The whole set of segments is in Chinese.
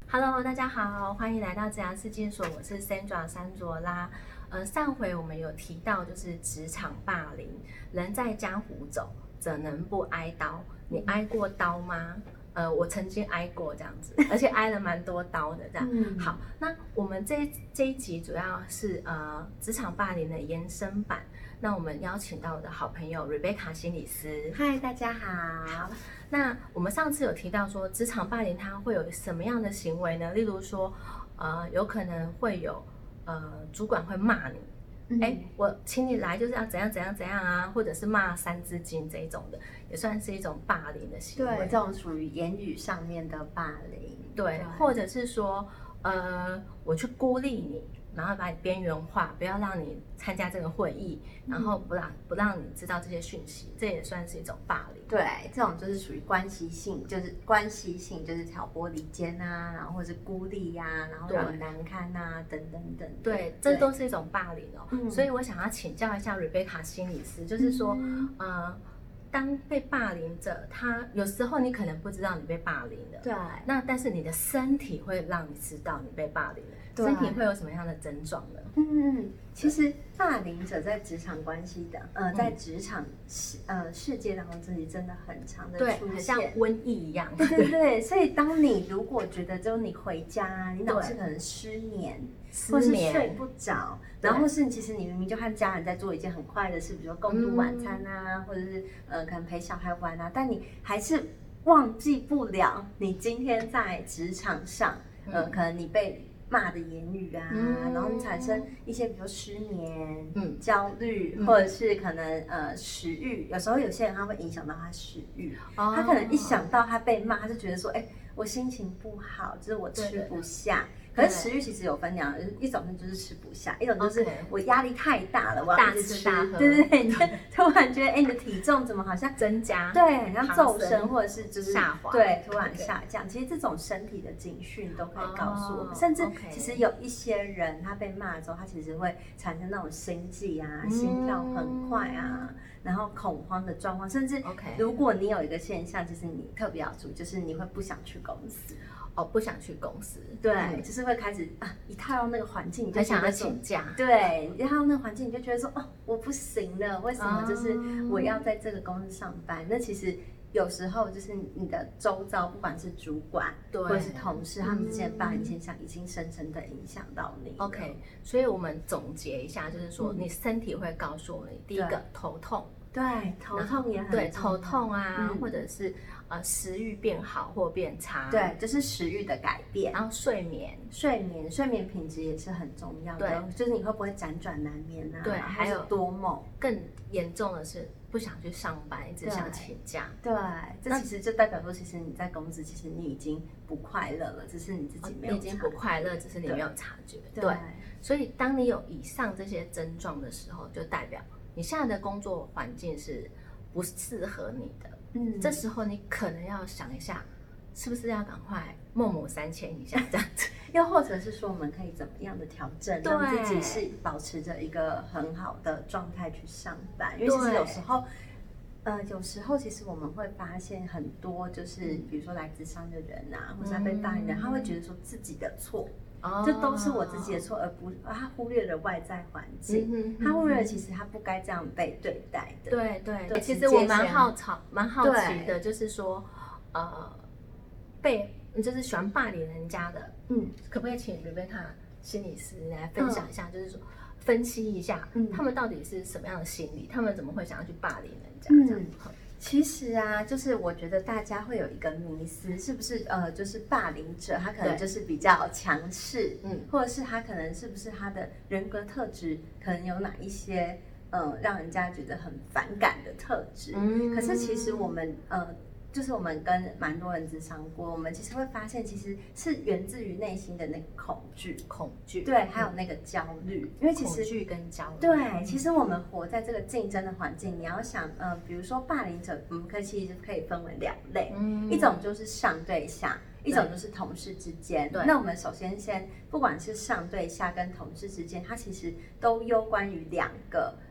Hello，大家好，欢迎来到职涯世界所，我是 Sandra 山卓拉。上回我们有提到就是职场霸凌，人在江湖走，怎能不挨刀？你挨过刀吗？我曾经挨过这样子，而且挨了蛮多刀的这样。好，那我们这一集主要是职场霸凌的延伸版。那我们邀请到我的好朋友 Rebecca 心理师。 嗨，大家好。 那我们上次有提到说，职场霸凌它会有什么样的行为呢？例如说，有可能会有主管会骂你，我请你来就是要怎样怎样怎样啊，或者是骂三字经这一种的，也算是一种霸凌的行为。 对，这种属于言语上面的霸凌。 对，或者是说，我去孤立你，然后把你边缘化，不要让你参加这个会议，然后不让你知道这些讯息，这也算是一种霸凌。 对，这种就是属于关系性，就是挑拨离间啊，然后或者是孤立呀，然后让人难堪啊，等等等。 对，这都是一种霸凌哦。所以我想要请教一下 Rebecca 心理师，就是说，当被霸凌者，他有时候你可能不知道你被霸凌了， 对， 那但是你的身体会让你知道你被霸凌了，身体会有什么样的症状呢？ 其实霸凌者在职场关系的，在职场世界当中，自己真的很常的出现， 很像瘟疫一样。 对，所以当你如果觉得就你回家，你脑子可能失眠，或是睡不着，然后是其实你明明就和家人在做一件很快的事，比如说共度晚餐啊，或者是可能陪小孩玩啊，但你还是忘记不了你今天在职场上，可能你被骂的言语啊，然后你产生一些比如说失眠、焦虑，或者是可能食欲，有时候有些人他会影响到他食欲，他可能一想到他被骂，他就觉得说，我心情不好，就是我吃不下。可是食欲其实有分两种，一种就是吃不下，一种就是我压力太大了，我要一直吃大喝，对，你就突然觉得你的体重怎么好像增加， 对，很像骤升或者是就是下滑， 对，突然下降。其实这种身体的警讯都可以告诉我们，甚至其实有一些人他被骂之后，他其实会产生那种心悸啊、心跳很快啊，然后恐慌的状况，甚至如果你有一个现象，其实你特别要注意，就是你会不想去公司。 不想去公司， 对，就是会开始一踏到那个环境，你就很想要请假， 对，一踏到那个环境，你就觉得说，我不行了，为什么就是我要在这个公司上班？那其实有时候就是你的周遭，不管是主管或者是同事，他们之间的霸凌现象已经深深的影响到你。 OK， 所以我们总结一下，就是说，你身体会告诉你，第一个头痛。 对，头痛也很对，头痛啊，或者是食欲变好或变差， 对，就是食欲的改变。 然后睡眠品质也是很重要的，对，就是你会不会辗转难眠啊？ 对，还有多梦。 更严重的是不想去上班，一直想请假。 对，这其实就代表说，其实你在公司，其实你已经不快乐了，只是你自己没有， 你已经不快乐，只是你没有察觉。对，所以当你有以上这些症状的时候，就代表你现在的工作环境是不适合你的，这时候你可能要想一下，是不是要赶快孟母三迁一下这样子， 又或者是说我们可以怎么样的调整，让自己是保持着一个很好的状态去上班，因为其实有时候其实我们会发现很多就是比如说来职场的人啊，或者被霸凌的人，他会觉得说自己的错。这都是我自己的错，而不他忽略了外在环境，他忽略了其实他不该这样被对待的。 对，其实我蛮好奇的，就是说，就是喜欢霸凌人家的，可不可以请Rebecca心理师来分享一下，就是说分析一下，他们到底是什么样的心理，他们怎么会想要去霸凌人家这样？ 其实啊，就是我觉得大家会有一个迷思，是不是就是霸凌者他可能就是比较强势，或者是他可能是不是他的人格特质可能有哪一些让人家觉得很反感的特质？可是其实我们就是我们跟蛮多人咨商过，我们其实会发现，其实是源自于内心的那个恐惧，对，还有那个焦虑，因为其实恐惧跟焦虑， 对，其实我们活在这个竞争的环境，你要想，比如说霸凌者，我们其实可以分为两类，一种就是上对下，一种就是同事之间。那我们首先不管是上对下跟同事之间，它其实都攸关于两个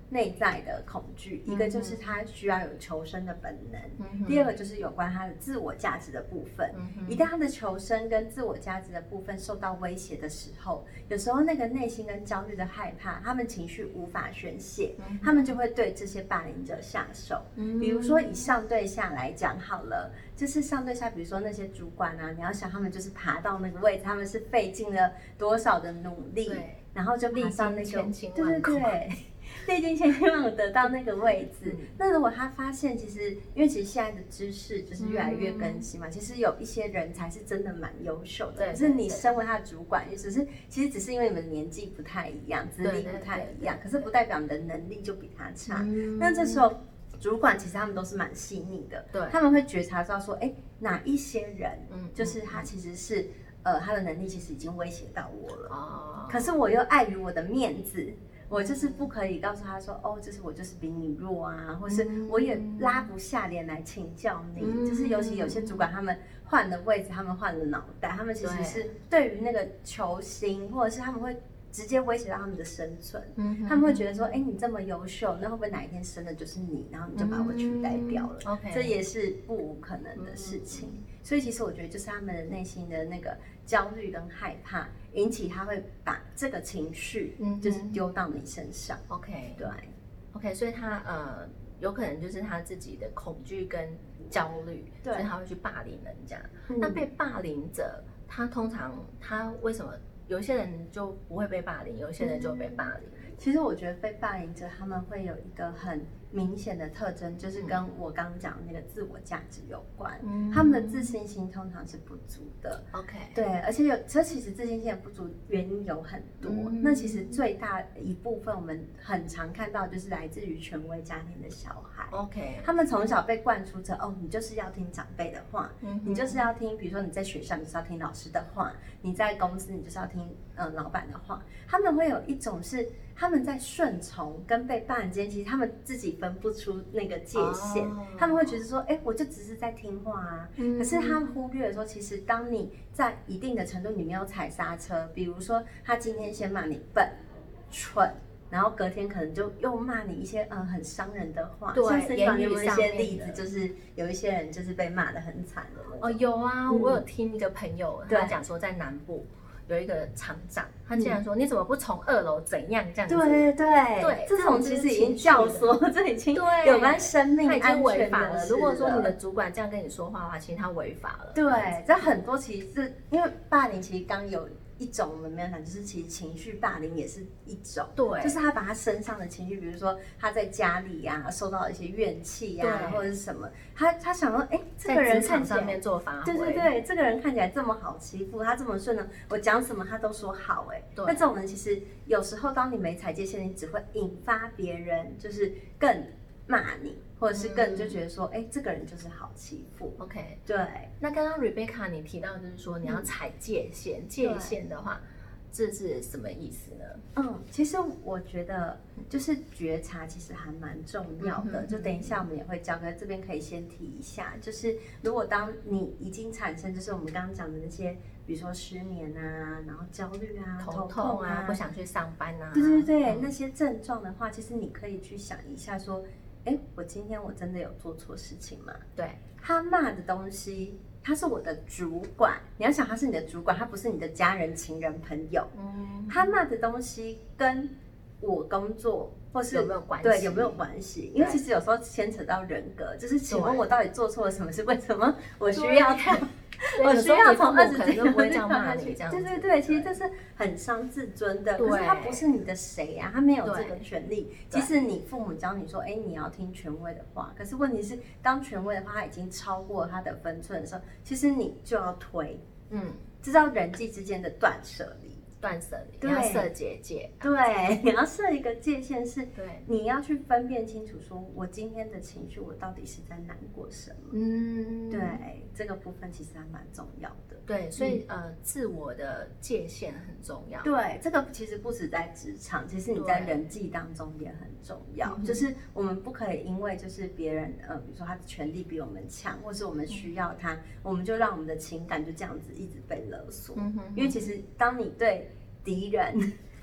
内在的恐惧，一个就是他需要有求生的本能，第二个就是有关他的自我价值的部分。一旦他的求生跟自我价值的部分受到威胁的时候，有时候那个内心跟焦虑的害怕，他们情绪无法宣泄，他们就会对这些霸凌者下手。比如说以上对下来讲好了，就是上对下，比如说那些主管啊，你要想他们就是爬到那个位置，他们是费尽了多少的努力，然后就爬上那个，对对对。历经千辛万苦得到那个位置，那如果他发现其实，因为其实现在的知识就是越来越更新嘛，其实有一些人才是真的蛮优秀的，可是你身为他的主管，其实只是因为你们年纪不太一样，资历不太一样，可是不代表你的能力就比他差。那这时候主管其实他们都是蛮细腻的，他们会觉察到说，哎，哪一些人，就是他其实是他的能力其实已经威胁到我了，可是我又碍于我的面子。我就是不可以告诉他说，哦，我就是比你弱啊，或是我也拉不下脸来请教你。就是尤其有些主管，他们换了位置，他们换了脑袋，他们其实是对于那个球星，或者是他们会直接威胁到他们的生存。他们会觉得说，哎，你这么优秀，那会不会哪一天生的就是你，然后你就把我取代掉了？这也是不无可能的事情。所以其实我觉得，就是他们的内心的那个焦虑跟害怕，引起他会把这个情绪就是丢到你身上。对 ，OK， 所以他有可能就是他自己的恐惧跟焦虑，所以他会去霸凌人家。那被霸凌者，他通常他为什么有些人就不会被霸凌，有些人就被霸凌？ 其实我觉得被霸凌者他们会有一个很明显的特征，就是跟我刚刚讲的那个自我价值有关。他们的自信心通常是不足的。对，而且这其实自信心的不足原因有很多。那其实最大一部分我们很常看到就是来自于权威家庭的小孩。他们从小被灌输着，哦，你就是要听长辈的话，你就是要听，比如说你在学校你就是要听老师的话，你在公司你就是要听老板的话。他们会有一种是他们在顺从跟被霸凌之间，其实他们自己分不出那个界限。他们会觉得说，哎，我就只是在听话啊。可是他们忽略了说，其实当你在一定的程度你没有踩刹车，比如说他今天先骂你笨、蠢，然后隔天可能就又骂你一些很伤人的话。像身上有一些例子，就是有一些人就是被骂得很惨的那种。 有啊，我有听一个朋友他讲说，在南部有一个厂长，他竟然说：“你怎么不从2楼怎样这样子？” 对，这种其实已经教唆，这已经有关生命安全的事了。他已经违法了。如果说你的主管这样跟你说话的话，其实他违法了。 对，这很多其实是因为霸凌，其实刚有一种我们没有讲，就是其实情绪霸凌也是一种。 对， 就是他把他身上的情绪，比如说他在家里啊受到一些怨气啊，或者是什么，他想说，哎，这个人看起来上面做发挥， 对，这个人看起来这么好欺负，他这么顺呢，我讲什么他都说好，哎，那这种人其实有时候当你没踩界限，你只会引发别人就是更骂你，或者是更就觉得说，哎，这个人就是好欺负。对。 那刚刚 Rebecca 你提到就是说你要踩界限，界限的话，这是什么意思呢？ 其实我觉得就是觉察其实还蛮重要的，就等一下我们也会教，可是这边可以先提一下，就是如果当你已经产生就是我们刚刚讲的那些，比如说失眠啊，然后焦虑啊、 头痛啊、不想去上班啊， 对，那些症状的话，其实你可以去想一下说，哎，我今天我真的有做错事情吗？ 对， 他骂的东西，他是我的主管，你要想他是你的主管，他不是你的家人、情人、朋友。他骂的东西跟我工作或是有没有关系？ 对，有没有关系？因为其实有时候牵扯到人格，就是请问我到底做错了什么事？为什么我需要他？我需要从20几个这样骂你，对，其实这是很伤自尊的。可是他不是你的谁呀，他没有这个权利。即使你父母教你说，哎，你要听权威的话，可是问题是，当权威的话他已经超过他的分寸的时候，其实你就要推。这叫人际之间的断舍离。 你要设结界， 对，你要设一个界限，是你要去分辨清楚，说我今天的情绪，我到底是在难过什么？对，这个部分其实还蛮重要的。 对，所以自我的界限很重要。 对，这个其实不止在职场，其实你在人际当中也很重要。就是我们不可以因为就是别人比如说他的权力比我们强，或是我们需要他，我们就让我们的情感就这样子一直被勒索。因为其实当你对敌人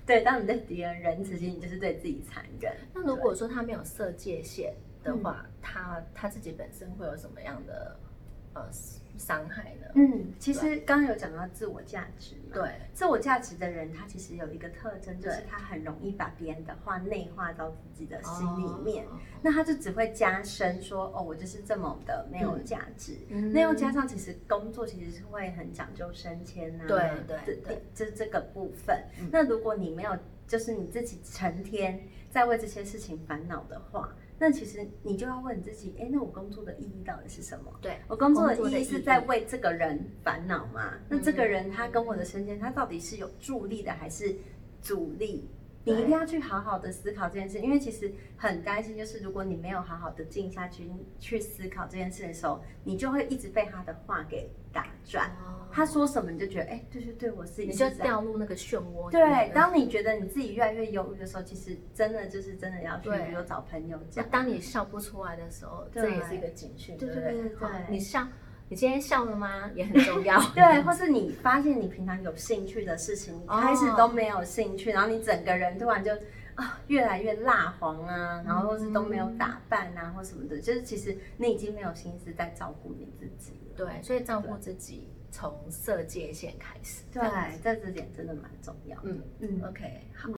对，当你对别人仁慈，其实你就是对自己残忍。 那如果说他没有设界限的话，他自己本身会有什么样的伤害呢？ 其实刚刚有讲到自我价值嘛， 对， 自我价值的人，他其实有一个特征，就是他很容易把别人的话内化到自己的心里面，那他就只会加深说，我就是这么的没有价值。那又加上其实工作其实是会很讲究升迁啊，对，这个部分。那如果你没有，就是你自己成天在为这些事情烦恼的话，那其实你就要问你自己，那我工作的意义到底是什么？ 对， 我工作的意义是在为这个人烦恼吗？那这个人他跟我的升迁，他到底是有助力的还是阻力？你一定要去好好的思考这件事，因为其实很担心，就是如果你没有好好的静下去思考这件事的时候，你就会一直被他的话给打转。他说什么你就觉得，对，我自己你就掉入那个漩涡。 对，当你觉得你自己越来越忧郁的时候，其实真的要去，比如找朋友讲。 当你笑不出来的时候，这也是一个警讯，对不对？ 你笑。你今天笑了吗？也很重要。 对，或是你发现你平常有兴趣的事情，你开始都没有兴趣，然后你整个人突然就越来越蜡黄啊，然后或是都没有打扮啊，或什么的，就是其实你已经没有心思在照顾你自己了。 对，所以照顾自己从设界限开始。 对，这点真的蛮重要。 OK， 好。